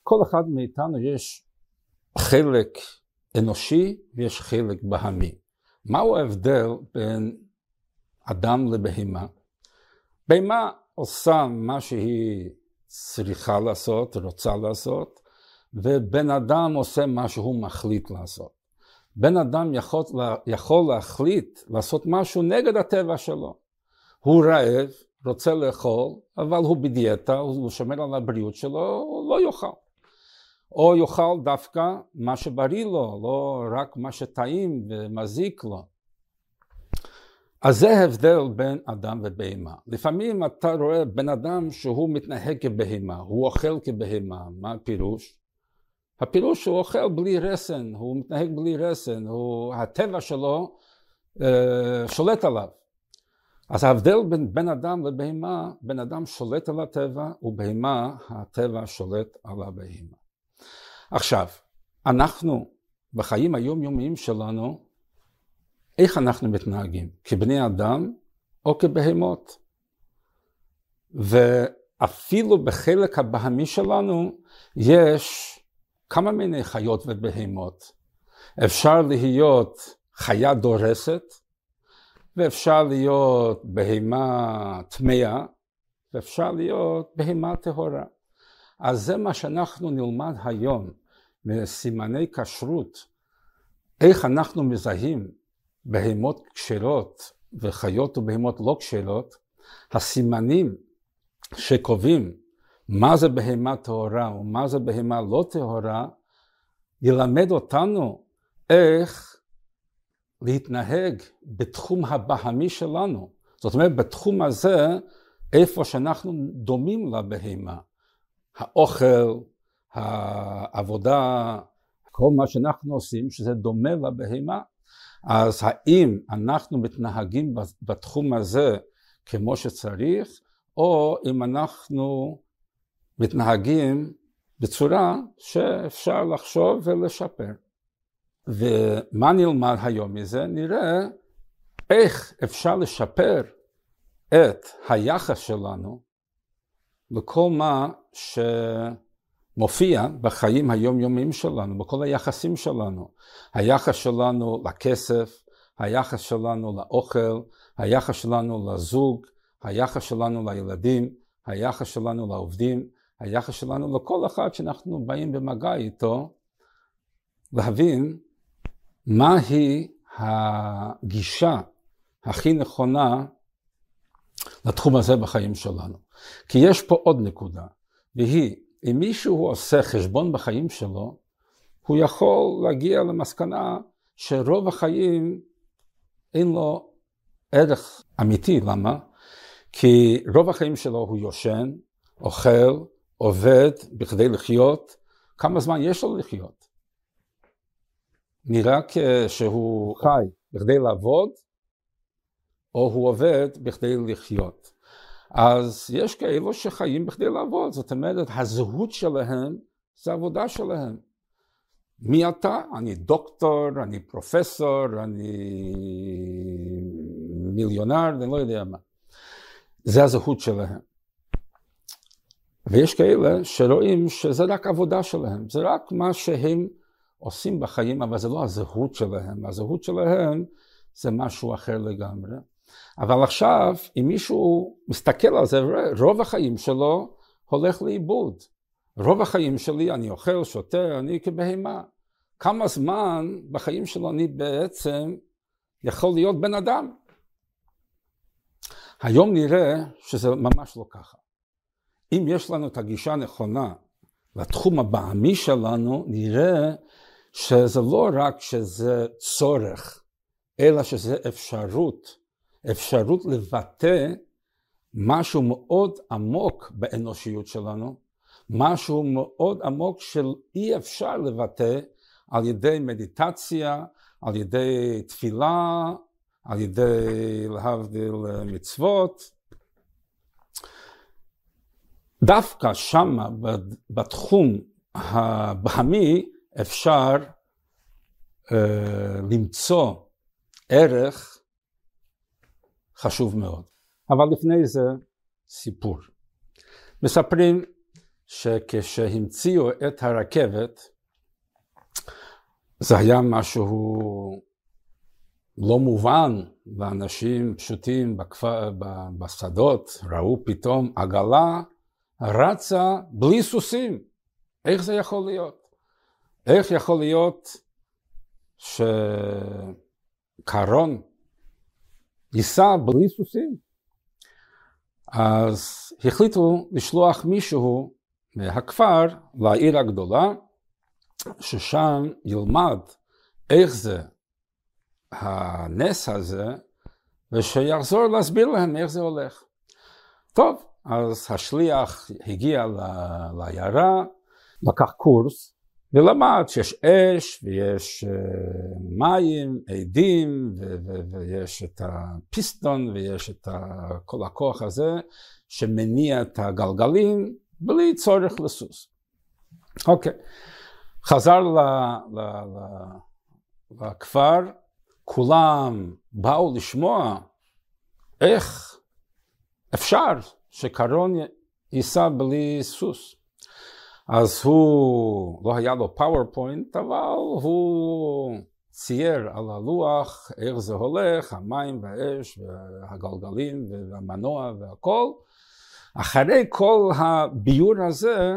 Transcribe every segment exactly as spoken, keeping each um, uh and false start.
לכל אחד מאיתנו יש חלק אנושי ויש חלק בהמי. מהו ההבדל בין אדם לבהמה? בהמה עושה מה שהיא צריכה לעשות, רוצה לעשות, ובן אדם עושה מה שהוא מחליט לעשות. בן אדם יכול, יכול להחליט לעשות משהו נגד הטבע שלו. הוא רעב, רוצה לאכול, אבל הוא בדיאטה, הוא שומר על הבריאות שלו, הוא לא יאכל. או יאכל דווקא מה שבריא לו, לא רק מה שטעים ומזיק לו. אז זה ההבדל בין אדם ובהמה. לפעמים אתה רואה בן אדם שהוא מתנהג כבהמה, הוא אוכל כבהמה. מה הפירוש? הפירוש הוא אוכל בלי רסן, הוא מתנהג בלי רסן, הוא, הטבע שלו אה, שולט עליו. אז ההבדל בין בן אדם לבהמה, בן אדם שולט על הטבע, ובהמה, הטבע שולט על הבהמה. עכשיו, אנחנו בחיים היומיומיים שלנו, איך אנחנו מתנהגים? כבני אדם או כבהמות? ואפילו בחלק הבהמי שלנו יש כמה מיני חיות ובהמות. אפשר להיות חיה דורסת, ואפשר להיות בהמה טמאה, ואפשר להיות בהמה טהורה. אז זה מה שאנחנו נלמד היום מסימני כשרות, איך אנחנו מזהים בהמות כשרות וחיות ובהמות לא כשרות, הסימנים שקובעים מה זה בהמה טהורה ומה זה בהמה לא טהורה, ילמד אותנו איך להתנהג בתחום הבהמי שלנו. זאת אומרת, בתחום הזה, איפה שאנחנו דומים לבהמה. האוכל, העבודה, כל מה שאנחנו עושים, שזה דומה לבהמה, אז האם אנחנו מתנהגים בתחום הזה כמו שצריך, או אם אנחנו מתנהגים בצורה שאפשר לחשוב ולשפר. ומה נלמד היום מזה? נראה איך אפשר לשפר את היחס שלנו לכל מה שמופיע בחיים היומיומיים שלנו, בכל היחסים שלנו. היחס שלנו לכסף, היחס שלנו לאוכל, היחס שלנו לזוג, היחס שלנו לילדים, היחס שלנו לעובדים, היחס שלנו לכל אחד שאנחנו באים במגע איתו, להבין מהי הגישה הכי נכונה לתחום הזה בחיים שלנו. כי יש פה עוד נקודה, והיא, אם מישהו עושה חשבון בחיים שלו, הוא יכול להגיע למסקנה שרוב החיים אין לו ערך אמיתי. למה? כי רוב החיים שלו הוא יושן, אוכל, עובד בכדי לחיות. כמה זמן יש לו לחיות? נראה שהוא חי בכדי לעבוד, או הוא עובד בכדי לחיות. אז יש כאלו שחיים בכדי לעבוד, זאת אומרת, הזהות שלהם זה העבודה שלהם. מי אתה? אני דוקטור, אני פרופסור, אני מיליונר, אני לא יודע מה. זה הזהות שלהם. ויש כאלה שרואים שזה רק עבודה שלהם, זה רק מה שהם עושים בחיים, אבל זה לא הזהות שלהם. הזהות שלהם זה משהו אחר לגמרי. אבל עכשיו, אם מישהו מסתכל על זה, רוב החיים שלו הולך לאיבוד. רוב החיים שלי, אני אוכל, שותה, אני כבהמה. כמה זמן בחיים שלו אני בעצם יכול להיות בן אדם? היום נראה שזה ממש לא ככה. אם יש לנו את הגישה הנכונה לתחום הבהמי שלנו, נראה שזה לא רק שזה צורך, אלא שזה אפשרות, אפשרות לבטא משהו מאוד עמוק באנושיות שלנו, משהו מאוד עמוק של אי אפשר לבטא על ידי מדיטציה, על ידי תפילה, על ידי להבדיל מצוות. דווקא שמה בתחום הבהמי אפשר אה, למצוא ערך חשוב מאוד. אבל לפני זה סיפור. מספרים שכשהמציאו את הרכבת, זה היה משהו לא מובן, ואנשים פשוטים בכפר, בשדות ראו פתאום עגלה רצה בלי סוסים. איך זה יכול להיות? איך יכול להיות שקרון ייסע בלי סוסים? אז החליטו לשלוח מישהו מהכפר לעיר הגדולה, ששם ילמד איך זה הנס הזה, ושיחזור להסביר להם איך זה הולך. טוב, אז השליח הגיע לעיירה, לקח קורס, ולמד שיש אש, ויש מים, עדים, ויש את הפיסטון, ויש את כל הכוח הזה, שמניע את הגלגלים, בלי צורך לסוס. אוקיי, חזר לכפר, כולם באו לשמוע איך אפשר שקרון ייסע בלי סוס. אז הוא, לא היה לו פאורפוינט, אבל הוא צייר על הלוח איך זה הולך, המים והאש והגלגלים והמנוע והכל. אחרי כל הביור הזה,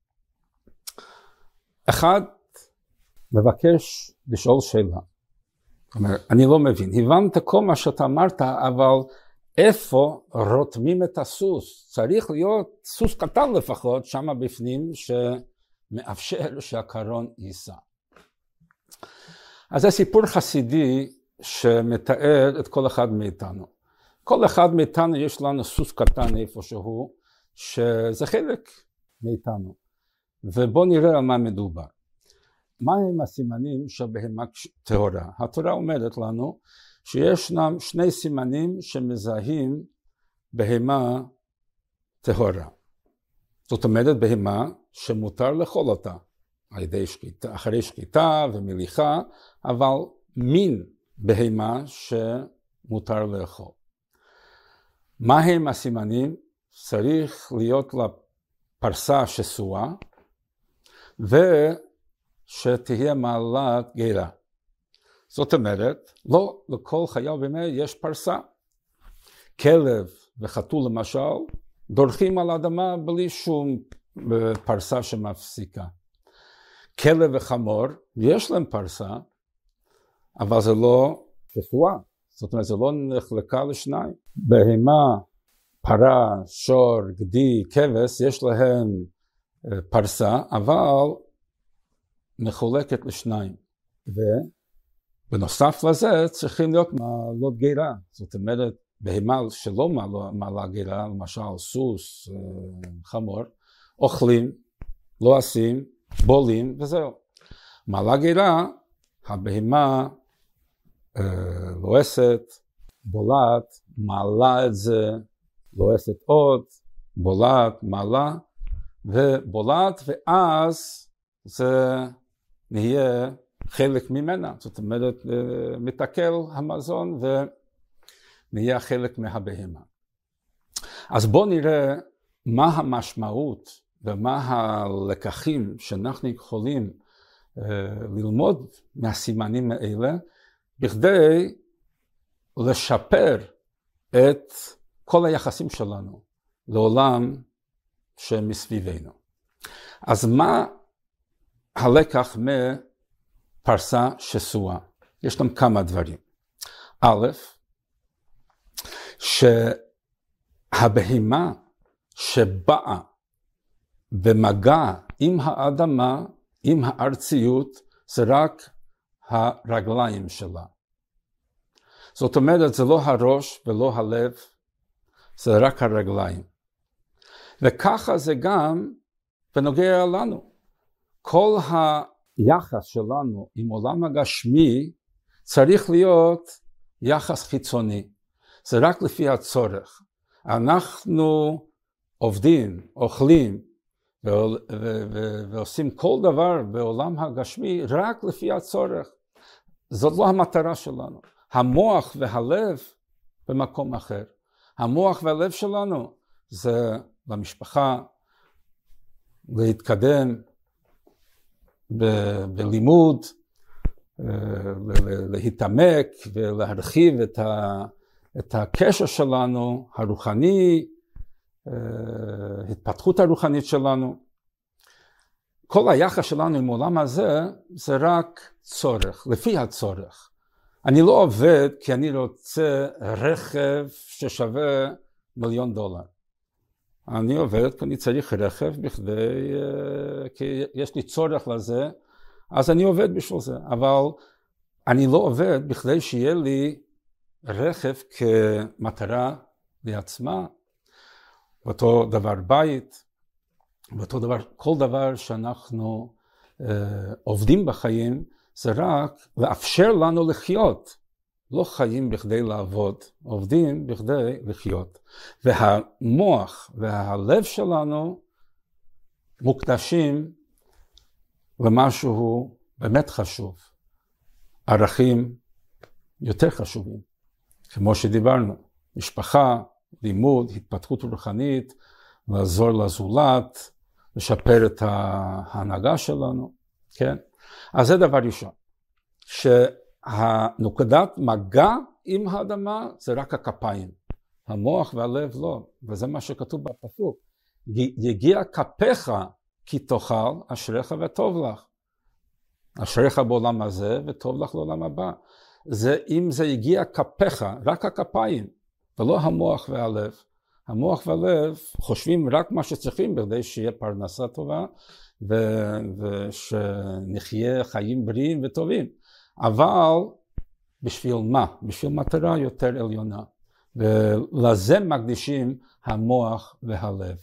אחד מבקש לשאול שאלה. אומר, אני לא מבין, הבנת כל מה שאתה אמרת, אבל איפה רותמים את הסוס? צריך להיות סוס קטן לפחות, שם בפנים, שמאפשר שהקרון ייסע. אז זה סיפור חסידי שמתאר את כל אחד מאיתנו. כל אחד מאיתנו יש לנו סוס קטן איפשהו, שזה חלק מאיתנו. ובואו נראה על מה מדובר. מה הם הסימנים של בהמה טהורה? התורה אומרת לנו שישנם שני סימנים שמזהים בהמה טהורה. זאת אומרת בהמה שמותר לאכול אותה, על ידי שקיטה, אחרי שקיטה ומליחה, אבל מין בהמה שמותר לאכול. מה הם הסימנים? צריך להיות לה פרסה שסועה, ושתהיה מעלת גירה. זאת אומרת, לא לכל חיה ובהמה יש פרסה. כלב וחתול למשל, דורכים על האדמה בלי שום פרסה שמפסיקה. כלב וחמור, יש להם פרסה, אבל זה לא שסועה. זאת אומרת, זה לא נחלקה לשניים. בהמה, פרה, שור, גדי, כבש, יש להם פרסה, אבל מחולקת לשניים. ובנוסף לזה צריכים להיות מעלות גירה. זאת אומרת, בהמה שלא מעלה גירה, למשל סוס, חמור, אוכלים, לועסים, בולים וזהו. מעלה גירה, הבהמה לועסת, בולעת, מעלה את זה, לועסת עוד, בולעת, מעלה, ובולעת, ואז זה נהיה חלק ממנה. זאת אומרת, מתעכל המזון ונהיה חלק מהבהמה. אז בואו נראה מה המשמעות ומה הלקחים שאנחנו יכולים ללמוד מהסימנים האלה, בכדי לשפר את כל היחסים שלנו לעולם שמסביבנו. אז מה הלקח מפרסה שסועה? יש לנו כמה דברים. א', שהבהמה שבאה במגע עם האדמה, עם הארציות, זה רק הרגליים שלה. זאת אומרת, זה לא הראש ולא הלב, זה רק הרגליים. וככה זה גם בנוגע לנו. כל היחס שלנו עם עולם הגשמי צריך להיות יחס חיצוני. זה רק לפי הצורך. אנחנו עובדים, אוכלים, ועושים כל דבר בעולם הגשמי רק לפי הצורך. זאת לא המטרה שלנו. המוח והלב במקום אחר. המוח והלב שלנו זה למשפחה, להתקדם ב- בלימוד, להתעמק ולהרחיב את, ה, את הקשר שלנו, הרוחני, התפתחות הרוחנית שלנו. כל היחס שלנו עם העולם הזה זה רק צורך, לפי הצורך. אני לא עובד כי אני רוצה רכב ששווה מיליון דולר. אני עובד כי אני צריך רכב בכדי, כי יש לי צורך לזה, אז אני עובד בשביל זה. אבל אני לא עובד בכדי שיהיה לי רכב כמטרה לעצמה. ואותו דבר בית, ואותו דבר, כל דבר שאנחנו אה, עובדים בחיים, זה רק לאפשר לנו לחיות. לא חיים בכדי לעבוד, עובדים בכדי לחיות. והמוח והלב שלנו מוקדשים למשהו באמת חשוב. ערכים יותר חשובים. כמו שדיברנו, משפחה, לימוד, התפתחות רוחנית, לעזור לזולת, לשפר את ההנהגה שלנו, כן? אז זה דבר ראשון, שהנקודת מגע עם האדמה זה רק הכפיים, המוח והלב לא, וזה מה שכתוב בפסוק, יגיע כפיך כי תאכל אשריך וטוב לך, אשריך בעולם הזה וטוב לך לעולם הבא. זה אם זה יגיע כפיך, רק הכפיים, ולא המוח והלב. המוח והלב חושבים רק מה שצריכים בכדי שיהיה פרנסה טובה ו- ושנחיה חיים בריאים וטובים. אבל בשביל מה? בשביל מטרה יותר עליונה. ולזה מקדישים המוח והלב.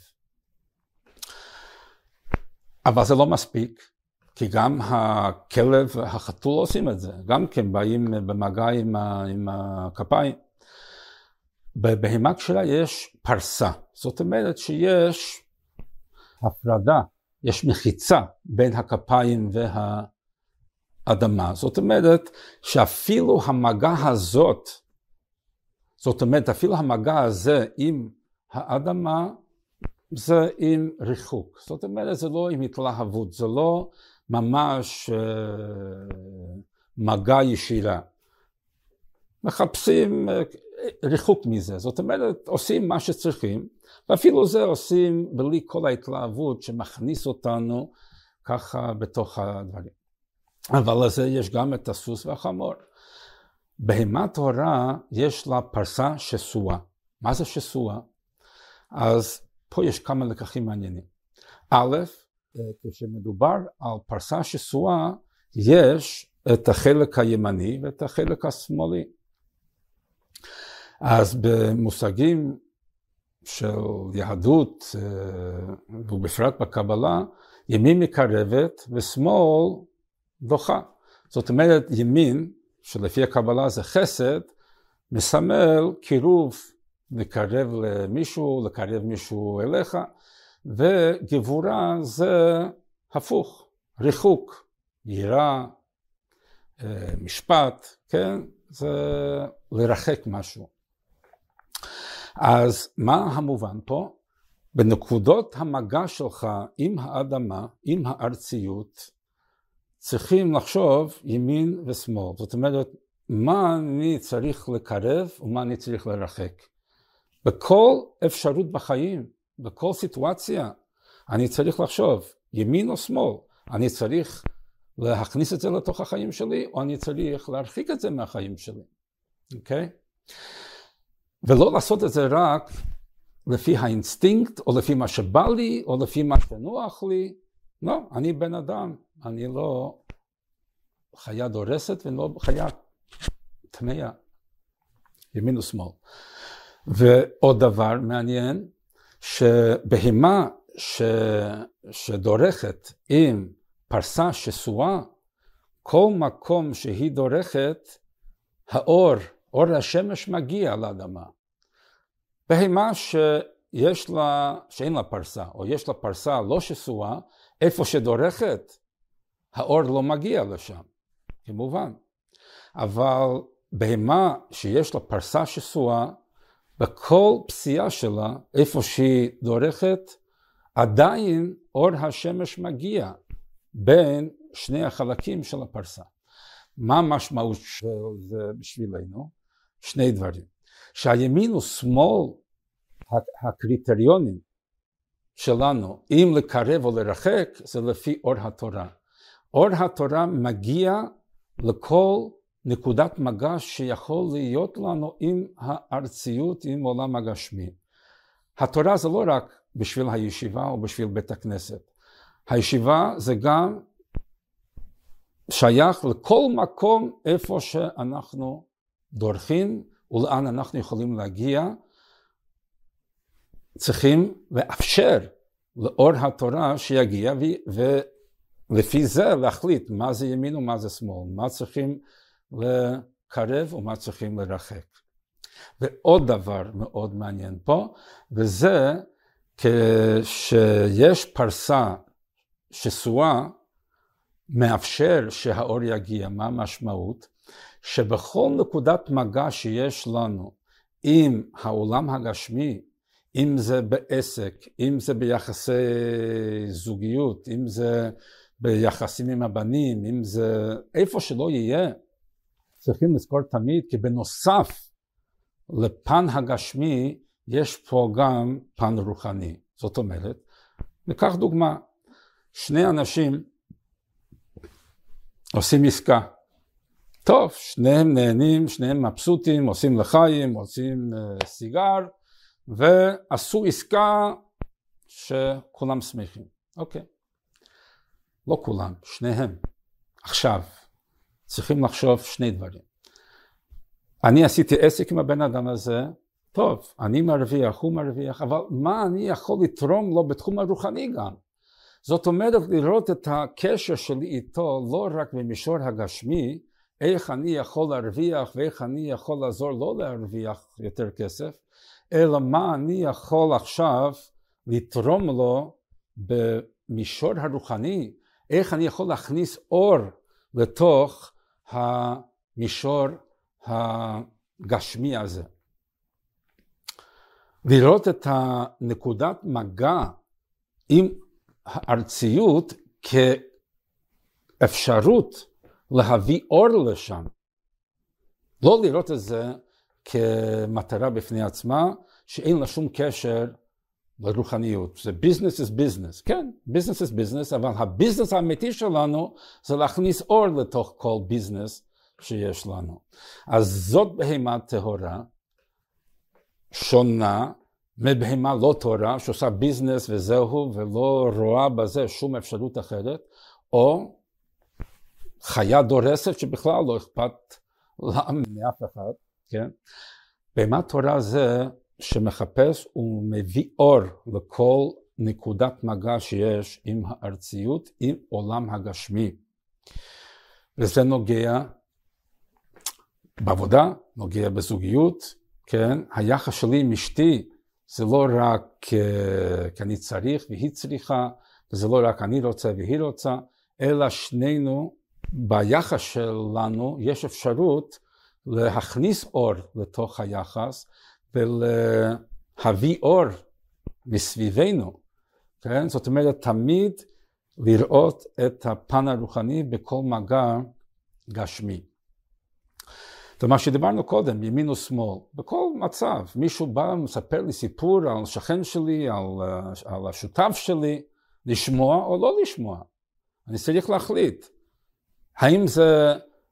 אבל זה לא מספיק, כי גם הכלב והחתול עושים את זה. גם כן באים במגע עם, ה- עם הכפיים. בבהמה כשרה יש פרסה, זאת אומרת שיש הפרדה, יש מחיצה בין הכפיים והאדמה. זאת אומרת שאפילו המגע הזאת, זאת אומרת אפילו המגע הזה עם האדמה, זה עם ריחוק. זאת אומרת זה לא עם התלהבות, זה לא ממש uh, מגע ישירה. מחפשים ריחוק מזה, זאת אומרת עושים מה שצריכים, ואפילו זה עושים בלי כל ההתלהבות שמכניס אותנו ככה בתוך הדברים. אבל לזה יש גם את הסוס והחמור. בהמה טהורה יש לה פרסה שסועה. מה זה שסועה? אז פה יש כמה לקחים מעניינים. א', כשמדובר על פרסה שסועה, יש את החלק הימני ואת החלק השמאלי. אז במושגים של יהדות, ובפרט בקבלה, ימין מקרבת ושמאל דוחה. זאת אומרת, ימין, שלפי הקבלה זה חסד, מסמל קירוב, לקרב למישהו, לקרב מישהו אליך, וגבורה זה הפוך, ריחוק, יראה, משפט, כן? זה לרחק משהו. אז מה המובן פה? בנקודות המגע שלך עם האדמה, עם הארציות, צריכים לחשוב ימין ושמאל. זאת אומרת, מה אני צריך לקרב ומה אני צריך לרחק. בכל אפשרות בחיים, בכל סיטואציה, אני צריך לחשוב ימין או שמאל. אני צריך להכניס את זה לתוך החיים שלי, או אני צריך להרחיק את זה מהחיים שלי. אוקיי? ולא לעשות את זה רק לפי האינסטינקט, או לפי מה שבא לי, או לפי מה שנוח לי. לא, אני בן אדם, אני לא חיה דורסת ולא חיה טמאה, ימין ושמאל. ועוד דבר מעניין, שבהמה ש... שדורכת עם פרסה שסועה, כל מקום שהיא דורכת, האור, אור השמש מגיע לאדמה. בהמה שיש לה, שאין לה פרסה, או יש לה פרסה לא שסועה, איפה שדורכת, האור לא מגיע לשם, כמובן. אבל בהמה שיש לה פרסה שסועה, בכל פסיעה שלה, איפה שהיא דורכת, עדיין אור השמש מגיע בין שני החלקים של הפרסה. מה המשמעות של זה בשבילנו? שני דברים. שהימין ושמאל, הקריטריונים שלנו, אם לקרב או לרחק, זה לפי אור התורה. אור התורה מגיע לכל נקודת מגע שיכול להיות לנו עם הארציות, עם עולם הגשמי. התורה זה לא רק בשביל הישיבה או בשביל בית הכנסת. הישיבה זה גם שייך לכל מקום איפה שאנחנו דורכים ולאן אנחנו יכולים להגיע. צריכים לאפשר לאור התורה שיגיע ולפי זה להחליט מה זה ימין ומה זה שמאל, מה צריכים לקרב ומה צריכים לרחק. ועוד דבר מאוד מעניין פה, וזה כשיש פרסה שסועה מאפשר שהאור יגיע. מה המשמעות? שבכל נקודת מגע שיש לנו עם העולם הגשמי, אם זה בעסק, אם זה ביחסי זוגיות, אם זה ביחסים עם הבנים, אם זה איפה שלא יהיה, צריכים לזכור תמיד כי בנוסף לפן הגשמי יש פה גם פן רוחני. זאת אומרת, ניקח דוגמה, שני אנשים עושים עסקה. טוב, שניהם נהנים, שניהם מבסוטים, עושים לחיים, עושים uh, סיגר, ועשו עסקה שכולם שמחים. אוקיי. לא כולם, שניהם. עכשיו, צריכים לחשוב שני דברים. אני עשיתי עסק עם הבן אדם הזה, טוב, אני מרוויח, הוא מרוויח, אבל מה אני יכול לתרום לו בתחום הרוחני גם? זאת אומרת, לראות את הקשר שלי איתו לא רק במישור הגשמי, איך אני יכול להרוויח ואיך אני יכול לעזור לא להרוויח יותר כסף, אלא מה אני יכול עכשיו לתרום לו במישור הרוחני, איך אני יכול להכניס אור לתוך המישור הגשמי הזה. לראות את הנקודת מגע עם הארציות כאפשרות להביא אור לשם. לא לראות את זה כמטרה בפני עצמה, שאין לה שום קשר לרוחניות. זה business is business. כן, business is business, אבל הביזנס האמיתי שלנו זה להכניס אור לתוך כל ביזנס שיש לנו. אז זאת בהמה טהורה, שונה מבהמה לא טהורה, שעושה ביזנס וזהו, ולא רואה בזה שום אפשרות אחרת, או חיה דורסת שבכלל לא אכפת לה מאף אחד, כן? בהמה טהורה זה שמחפש ומביא אור לכל נקודת מגע שיש עם הארציות, עם עולם הגשמי. וזה נוגע בעבודה, נוגע בזוגיות, כן? היחס שלי עם אשתי זה לא רק כי אני צריך והיא צריכה, וזה לא רק אני רוצה והיא רוצה, אלא שנינו ביחס שלנו יש אפשרות להכניס אור לתוך היחס ולהביא אור מסביבנו. כן? זאת אומרת, תמיד לראות את הפן הרוחני בכל מגע גשמי. ומה שדיברנו קודם, ימין ושמאל, בכל מצב, מישהו בא ומספר לי סיפור על שכן שלי, על, על השותף שלי, לשמוע או לא לשמוע. אני צריך להחליט. האם זה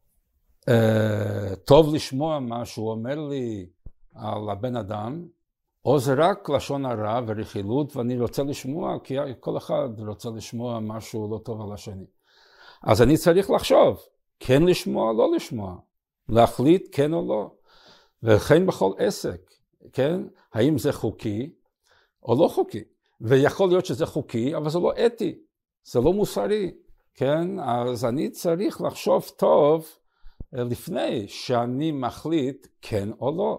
אה, טוב לשמוע מה שהוא אומר לי על הבן אדם, או זה רק לשון הרע ורכילות, ואני רוצה לשמוע, כי כל אחד רוצה לשמוע משהו לא טוב על השני. אז אני צריך לחשוב, כן לשמוע או לא לשמוע. להחליט כן או לא, וכן בכל עסק, כן? האם זה חוקי או לא חוקי? ויכול להיות שזה חוקי, אבל זה לא אתי, זה לא מוסרי, כן? אז אני צריך לחשוב טוב לפני שאני מחליט כן או לא.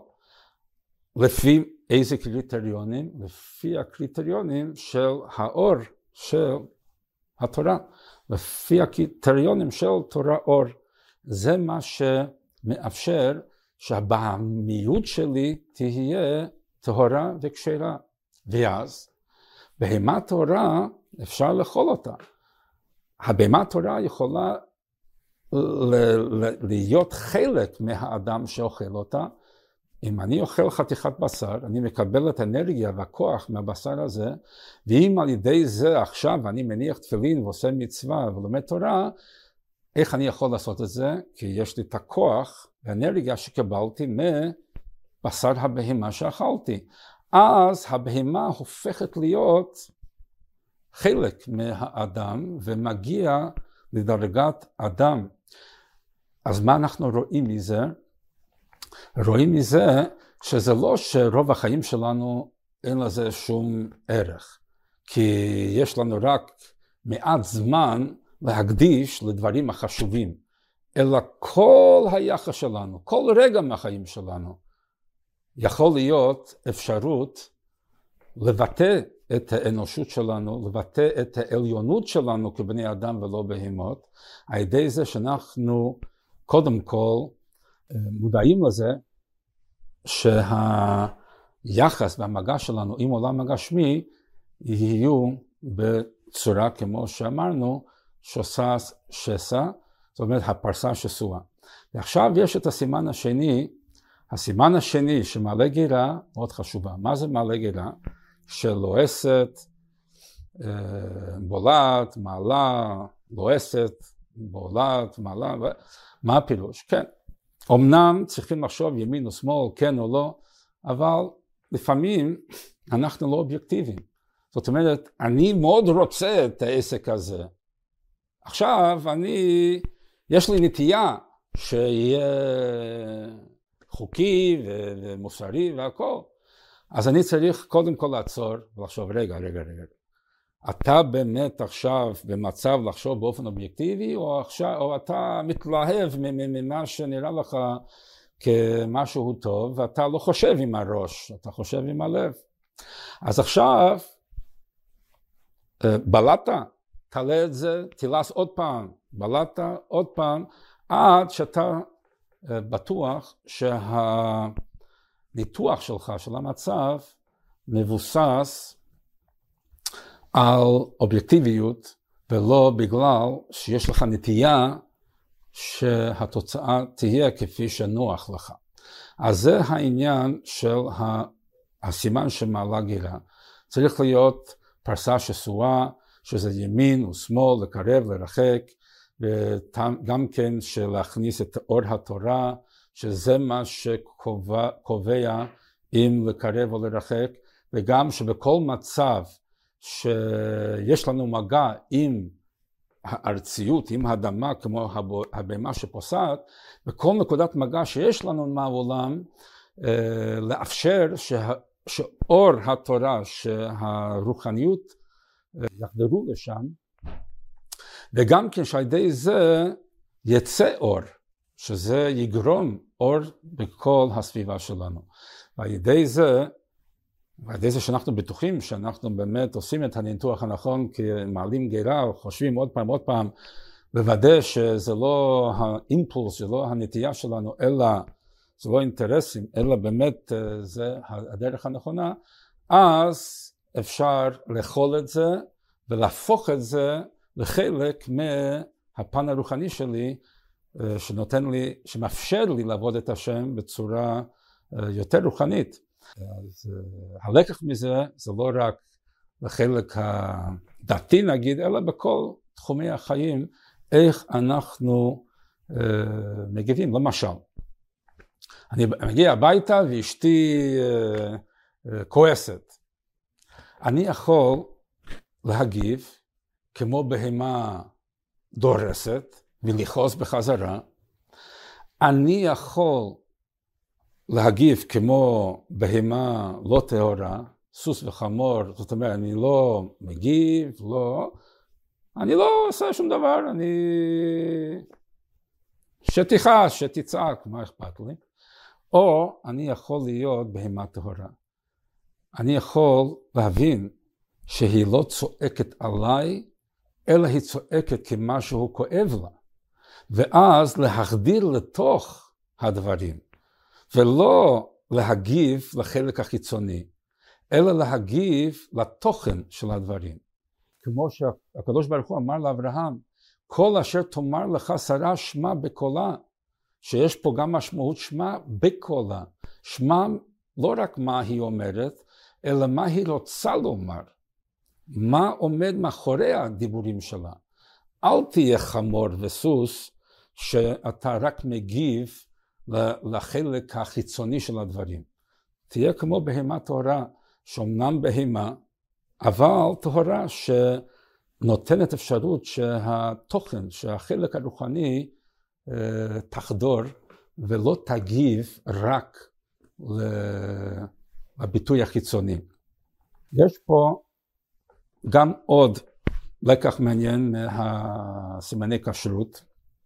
לפי איזה קריטריונים? לפי הקריטריונים של האור של התורה, לפי הקריטריונים של תורה אור. זה מה ש... מאפשר שהבהמיות שלי תהיה טהורה וכשרה. ואז, בהמה טהורה אפשר לאכול אותה. הבהמה טהורה יכולה ל- ל- להיות חלק מהאדם שאוכל אותה. אם אני אוכל חתיכת בשר, אני מקבל את האנרגיה והכוח מהבשר הזה, ואם על ידי זה עכשיו אני מניח תפילין ועושה מצווה ולומד תורה, איך אני יכול לעשות את זה? כי יש לי את הכוח והאנרגיה שקיבלתי מבשר הבהמה שאכלתי. אז הבהמה הופכת להיות חלק מהאדם ומגיע לדרגת אדם. אז מה אנחנו רואים מזה? רואים מזה שזה לא שרוב החיים שלנו אין לזה שום ערך, כי יש לנו רק מעט זמן להקדיש לדברים החשובים, אלא כל היחס שלנו, כל רגע מהחיים שלנו, יכול להיות אפשרות לבטא את האנושות שלנו, לבטא את העליונות שלנו כבני אדם ולא בהמות, על ידי זה שאנחנו קודם כל מודעים לזה שהיחס והמגע שלנו עם עולם הגשמי יהיו בצורה כמו שאמרנו, שוסס שסע, זאת אומרת הפרסה שסועה. ועכשיו יש את הסימן השני, הסימן השני שמעלה גירה מאוד חשובה. מה זה מעלה גירה? שלועסת, בולעת, מעלה, לועסת, בולעת, מעלה, מה הפירוש? כן. אמנם צריכים לחשוב ימין או שמאל, כן או לא, אבל לפעמים אנחנו לא אובייקטיביים. זאת אומרת, אני מאוד רוצה את העסק הזה. עכשיו אני, יש לי נטייה שיהיה חוקי ומוסרי והכל. אז אני צריך קודם כל לעצור ולחשוב, רגע, רגע, רגע. אתה באמת עכשיו במצב לחשוב באופן אובייקטיבי, או, עכשיו, או אתה מתלהב ממה שנראה לך כמשהו טוב, ואתה לא חושב עם הראש, אתה חושב עם הלב. אז עכשיו, בלעת, תעלה את זה, תלעס עוד פעם, בלעת עוד פעם, עד שאתה בטוח שהניתוח שלך, של המצב, מבוסס על אובייקטיביות, ולא בגלל שיש לך נטייה שהתוצאה תהיה כפי שנוח לך. אז זה העניין של הסימן שמעלה גירה. צריך להיות פרסה שסועה, שזה ימין ושמאל, לקרב, לרחק, וגם כן שלהכניס את אור התורה, שזה מה שקובע אם לקרב או לרחק, וגם שבכל מצב שיש לנו מגע עם הארציות, עם האדמה, כמו הבהמה שפוסעת, בכל נקודת מגע שיש לנו מהעולם, לאפשר שה, שאור התורה, שהרוחניות יחדרו לשם, וגם כן שעל ידי זה יצא אור, שזה יגרום אור בכל הסביבה שלנו. ועל ידי זה, ועל ידי זה שאנחנו בטוחים שאנחנו באמת עושים את הניתוח הנכון, כי מעלים גירה או חושבים עוד פעם עוד פעם, לוודא שזה לא האימפולס, זה לא הנטייה שלנו, אלא זה לא אינטרסים, אלא באמת זה הדרך הנכונה, אז אפשר לאכול את זה ולהפוך את זה לחלק מהפן הרוחני שלי, שנותן לי, שמאפשר לי לעבוד את השם בצורה יותר רוחנית. אז הלקח מזה זה לא רק לחלק הדתי נגיד, אלא בכל תחומי החיים, איך אנחנו uh, מגיבים. למשל, אני מגיע הביתה ואשתי uh, uh, כועסת. אני יכול להגיב כמו בהמה דורסת ולכעוס בחזרה. אני יכול להגיב כמו בהמה לא טהורה, סוס וחמור, זאת אומרת, אני לא מגיב, לא, אני לא עושה שום דבר, אני שתיחש, שתצעק, מה אכפת לי? או אני יכול להיות בהמה טהורה. אני יכול להבין שהיא לא צועקת עליי, אלא היא צועקת כמשהו כואב לה. ואז להחדיר לתוך הדברים, ולא להגיב לחלק החיצוני, אלא להגיב לתוכן של הדברים. כמו שהקדוש ברוך הוא אמר לאברהם, כל אשר תאמר לך שרה שמע בקולה, שיש פה גם משמעות שמע בקולה. שמע לא רק מה היא אומרת, אלא מה היא רוצה לומר. מה עומד מאחורי הדיבורים שלה. אל תהיה חמור וסוס, שאתה רק מגיב לחלק החיצוני של הדברים. תהיה כמו בהמה טהורה, שאומנם בהמה, אבל טהורה שנותנת אפשרות שהתוכן, שהחלק הרוחני תחדור, ולא תגיב רק לביטוי החיצוני. יש פה גם עוד לקח מעניין מהסימני כשרות.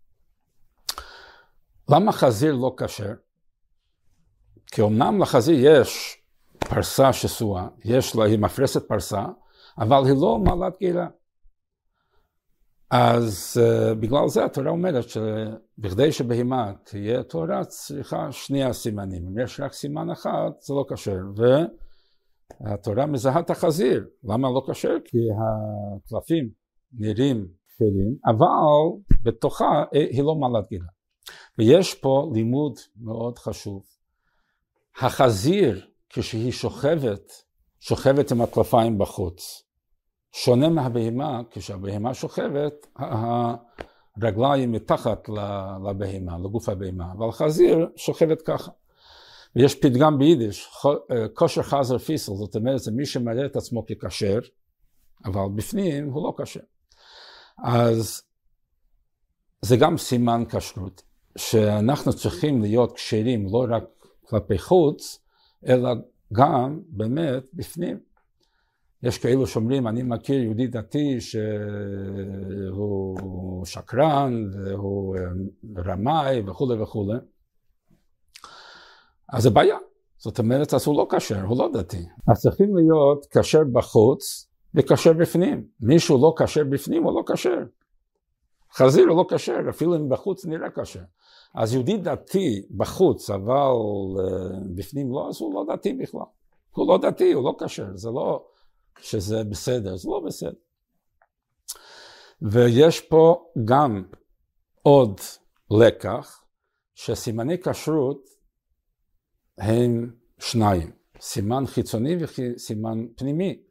למה חזיר לא כשר? כי אמנם לחזיר יש פרסה שסועה, יש לה, היא מפרסת פרסה, אבל היא לא מעלת גאלה. אז uh, בגלל זה התורה אומרת שבכדי שבהמה תהיה תורה צריכה שני הסימנים. אם יש רק סימן אחד זה לא כשר. והתורה מזהה את החזיר. למה לא כשר? כי הקלפים נראים כשרים, אבל בתוכה היא לא מעלת גאלה. ויש פה לימוד מאוד חשוב. החזיר כשהיא שוכבת, שוכבת עם הכלפיים בחוץ. שונה מהבהמה, כשהבהמה שוכבת, הרגליים מתחת לבהמה, לגוף הבהמה, אבל חזיר שוכבת ככה. ויש פתגם ביידיש, כושר חזר פיסל, זאת אומרת, זה מי שמראה את עצמו ככשר, אבל בפנים הוא לא כשר. אז זה גם סימן כשרות, שאנחנו צריכים להיות כשרים לא רק כלפי חוץ, אלא גם באמת בפנים. יש כאלו שאומרים, אני מכיר יהודי דתי שהוא שקרן, והוא רמאי וכו' וכו'. אז זה בעיה. זאת אומרת, אז הוא לא כשר, הוא לא דתי. אז צריכים להיות כשר בחוץ וכשר בפנים. מישהו לא כשר בפנים, הוא לא כשר. חזיר הוא לא כשר, אפילו אם בחוץ נראה כשר. אז יהודי דתי בחוץ, אבל בפנים לא, אז הוא לא דתי בכלל. הוא לא דתי, הוא לא כשר, זה לא שזה בסדר, זה לא בסדר. ויש פה גם עוד לקח, שסימני כשרות הם שניים, סימן חיצוני וסימן פנימי.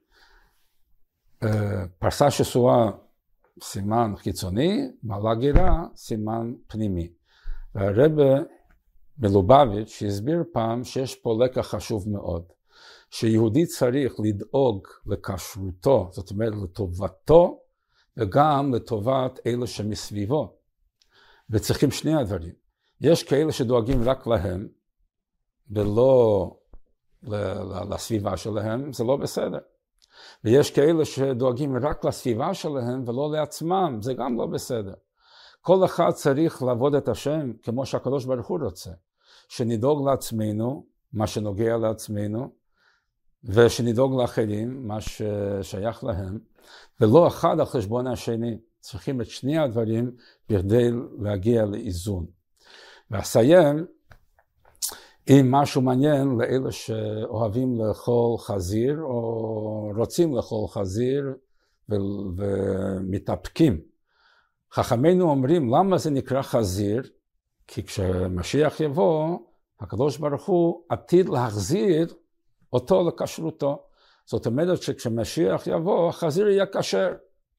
פרסה שסועה, סימן חיצוני, מעלה גאלה, סימן פנימי. והרב מלובביץ' הסביר פעם שיש פה לקח חשוב מאוד, שיהודי צריך לדאוג לכשרותו, זאת אומרת לטובתו, וגם לטובת אלה שמסביבו. וצריכים שני הדברים. יש כאלה שדואגים רק להם, ולא לסביבה שלהם, זה לא בסדר. ויש כאלה שדואגים רק לסביבה שלהם, ולא לעצמם, זה גם לא בסדר. כל אחד צריך לעבוד את השם כמו שהקדוש ברוך הוא רוצה. שנדאוג לעצמנו, מה שנוגע לעצמנו, ושנדאוג לאחרים, מה ששייך להם, ולא אחד על חשבון השני. צריכים את שני הדברים בכדי להגיע לאיזון. ואסיים עם משהו מעניין לאלה שאוהבים לאכול חזיר, או רוצים לאכול חזיר ומתאפקים. חכמינו אומרים, למה זה נקרא חזיר? כי כשמשיח יבוא, הקדוש ברוך הוא עתיד להחזיר אותו לכשרותו. זאת אומרת שכשמשיח יבוא, החזיר יהיה כשר.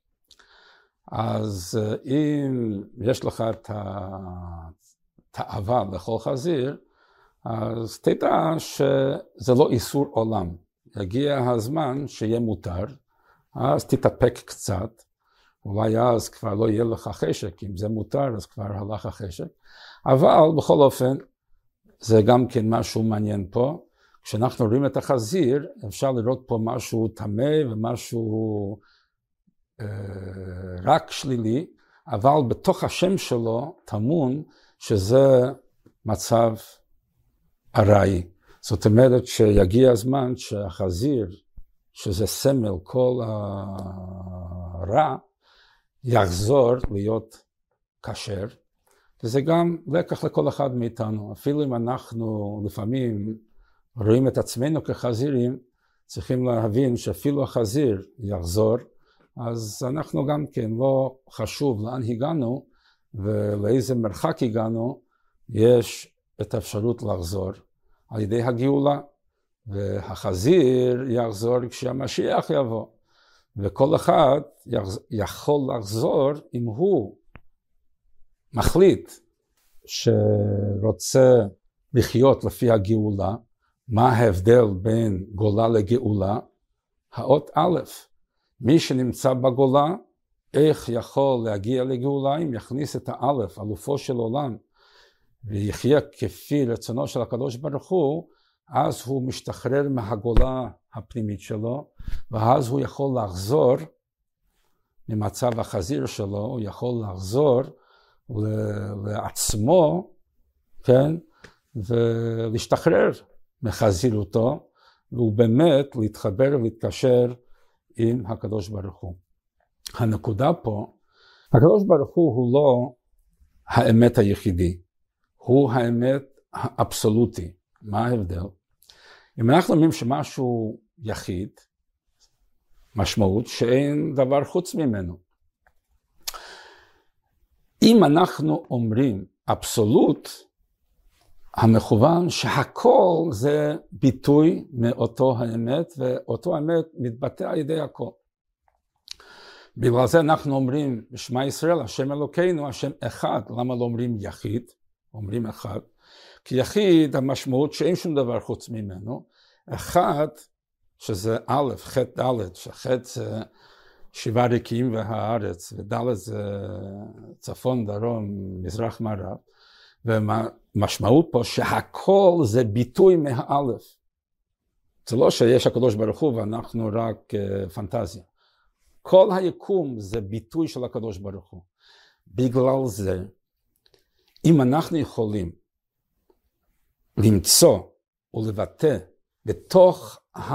אז אם יש לך את התאווה לאכול חזיר, אז תדע שזה לא איסור עולם. יגיע הזמן שיהיה מותר, אז תתאפק קצת. אולי אז כבר לא יהיה לך חשק, אם זה מותר אז כבר הלך החשק. אבל בכל אופן, זה גם כן משהו מעניין פה. כשאנחנו רואים את החזיר, אפשר לראות פה משהו טמא ומשהו אה, רק שלילי, אבל בתוך השם שלו טמון שזה מצב ארעי. זאת אומרת שיגיע הזמן שהחזיר, שזה סמל כל הרע, יחזור להיות כשר. וזה גם לקח לכל אחד מאיתנו. אפילו אם אנחנו לפעמים רואים את עצמנו כחזירים, צריכים להבין שאפילו החזיר יחזור, אז אנחנו גם כן לא חשוב לאן הגענו ולאיזה מרחק הגענו, יש את האפשרות לחזור על ידי הגאולה, והחזיר יחזור כשהמשיח יבוא, וכל אחד יכול לחזור אם הוא מחליט שרוצה לחיות לפי הגאולה. מה ההבדל בין גולה לגאולה? האות א', מי שנמצא בגולה, איך יכול להגיע לגאולה? אם יכניס את האלף, אלופו של עולם, ויחיה כפי רצונו של הקדוש ברוך הוא, אז הוא משתחרר מהגולה הפנימית שלו, ואז הוא יכול לחזור ממצב החזיר שלו, הוא יכול לחזור לעצמו, כן, ולהשתחרר מחזירותו, והוא באמת להתחבר ולהתקשר עם הקדוש ברוך הוא. הנקודה פה, הקדוש ברוך הוא הוא לא האמת היחידי, הוא האמת האבסולוטי. מה ההבדל? אם אנחנו אומרים שמשהו יחיד, משמעות שאין דבר חוץ ממנו. אם אנחנו אומרים אבסולוט, המכוון שהכל זה ביטוי מאותו האמת, ואותו האמת מתבטא על ידי הכל. בגלל זה אנחנו אומרים בשמע ישראל, השם אלוקינו, השם אחד. למה לא אומרים יחיד? אומרים אחד. כי יחיד המשמעות שאין שום דבר חוץ ממנו. אחד, שזה א', ח' ד', שח' זה שבעה ריקים והארץ, וד' זה צפון, דרום, מזרח, מערב. והמשמעות פה שהכל זה ביטוי מהאלף. זה לא שיש הקדוש ברוך הוא ואנחנו רק uh, פנטזיה. כל היקום זה ביטוי של הקדוש ברוך הוא. בגלל זה, אם אנחנו יכולים למצוא ולבטא בתוך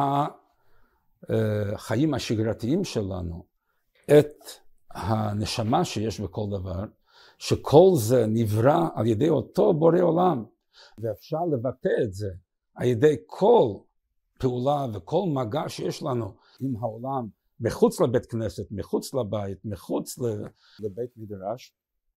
החיים השגרתיים שלנו את הנשמה שיש בכל דבר, שכל זה נברא על ידי אותו בורא עולם, ואפשר לבטא את זה על ידי כל פעולה וכל מגע שיש לנו עם העולם, מחוץ לבית כנסת, מחוץ לבית, מחוץ לבית מדרש,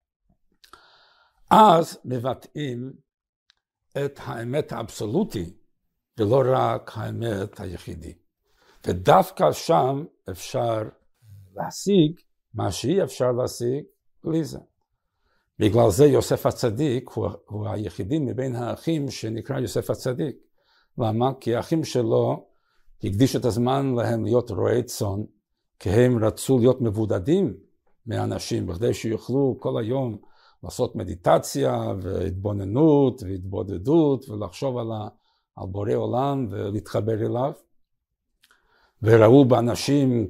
אז מבטאים את האמת האבסולוטי, ולא רק האמת היחידי. ודווקא שם אפשר להשיג מה שאי אפשר להשיג בלי זה. בגלל זה יוסף הצדיק הוא, הוא היחידי מבין האחים שנקרא יוסף הצדיק. למה? כי האחים שלו הקדיש את הזמן להם להיות רועי צאן, כי הם רצו להיות מבודדים מאנשים, בכדי שיוכלו כל היום לעשות מדיטציה והתבוננות והתבודדות ולחשוב על, ה, על בורא עולם ולהתחבר אליו. וראו באנשים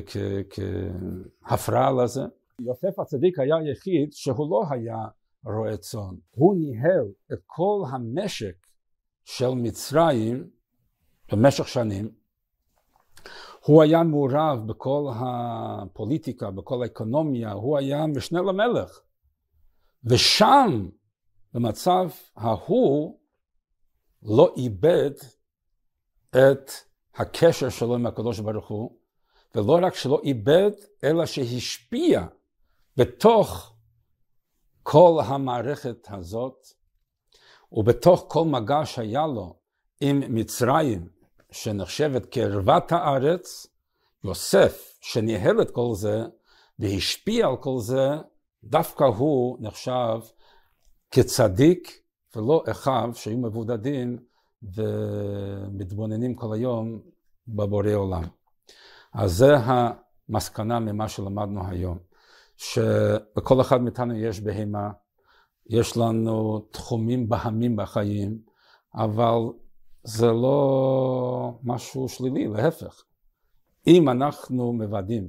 כהפרעה לזה. יוסף הצדיק היה יחיד שהוא לא היה רועה צאן. הוא ניהל את כל המשק של מצרים במשך שנים. הוא היה מעורב בכל הפוליטיקה, בכל האקונומיה, הוא היה משנה למלך. ושם, במצב ההוא, לא איבד את הקשר שלו עם הקדוש ברוך הוא, ולא רק שלא איבד, אלא שהשפיע בתוך כל המערכת הזאת, ובתוך כל מגע שהיה לו עם מצרים, שנחשבת כערוות הארץ, יוסף שניהל את כל זה, והשפיע על כל זה, דווקא הוא נחשב כצדיק, ולא אחיו שהיו מבודדים ומתבוננים כל היום בבורא עולם. אז זה המסקנה ממה שלמדנו היום, שבכל אחד מאיתנו יש בהמה, יש לנו תחומים בהמים בחיים, אבל זה לא משהו שלילי, להפך. אם אנחנו מוודאים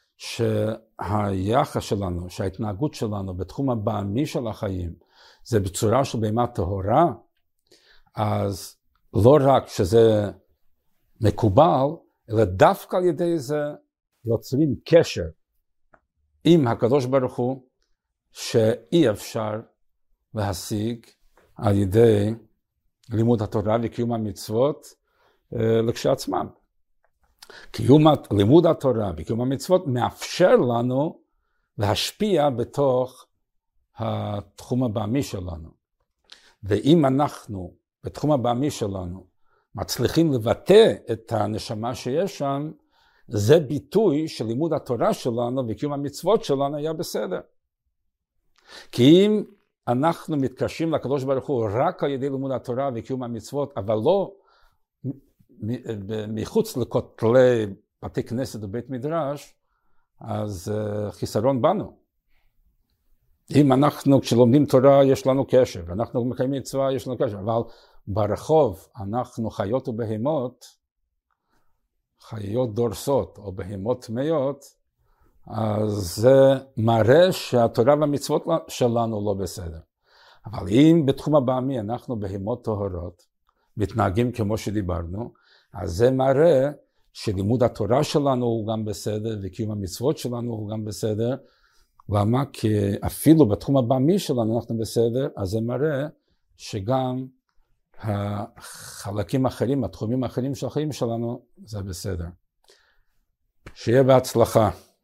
שהיחס שלנו, שההתנהגות שלנו בתחום הבהמי של החיים, זה בצורה של בהמה טהורה, אז לא רק שזה מקובל, אלא דווקא על ידי זה יוצרים קשר עם הקדוש ברוך הוא, שאי אפשר להשיג על ידי לימוד התורה וקיום המצוות לכשעצמם. קיום לימוד התורה וקיום המצוות מאפשר לנו להשפיע בתוך התחום הבעמי שלנו. ואם אנחנו בתחום הבעמי שלנו מצליחים לבטא את הנשמה שיש שם, זה ביטוי של לימוד התורה שלנו וקיום המצוות שלנו היה בסדר. כי אם אנחנו מתקשרים לקדוש ברוך הוא רק על ידי לימוד התורה וקיום המצוות, אבל לא מחוץ לכותלי בתי כנסת ובית מדרש, אז חיסרון בנו. אם אנחנו כשלומדים תורה יש לנו קשר, ואנחנו מקיימים מצווה יש לנו קשר, אבל ברחוב אנחנו חיות ובהמות, חיות דורסות או בהמות טמאות, אז זה מראה שהתורה והמצוות שלנו לא בסדר. אבל אם בתחום הבעמי אנחנו בהמות טהורות, מתנהגים כמו שדיברנו, אז זה מראה שלימוד התורה שלנו הוא גם בסדר, וקיום המצוות שלנו הוא גם בסדר. למה? כי אפילו בתחום הבעמי שלנו אנחנו בסדר, אז זה מראה שגם החלקים האחרים, התחומים האחרים של החיים שלנו, זה בסדר. שיהיה בהצלחה.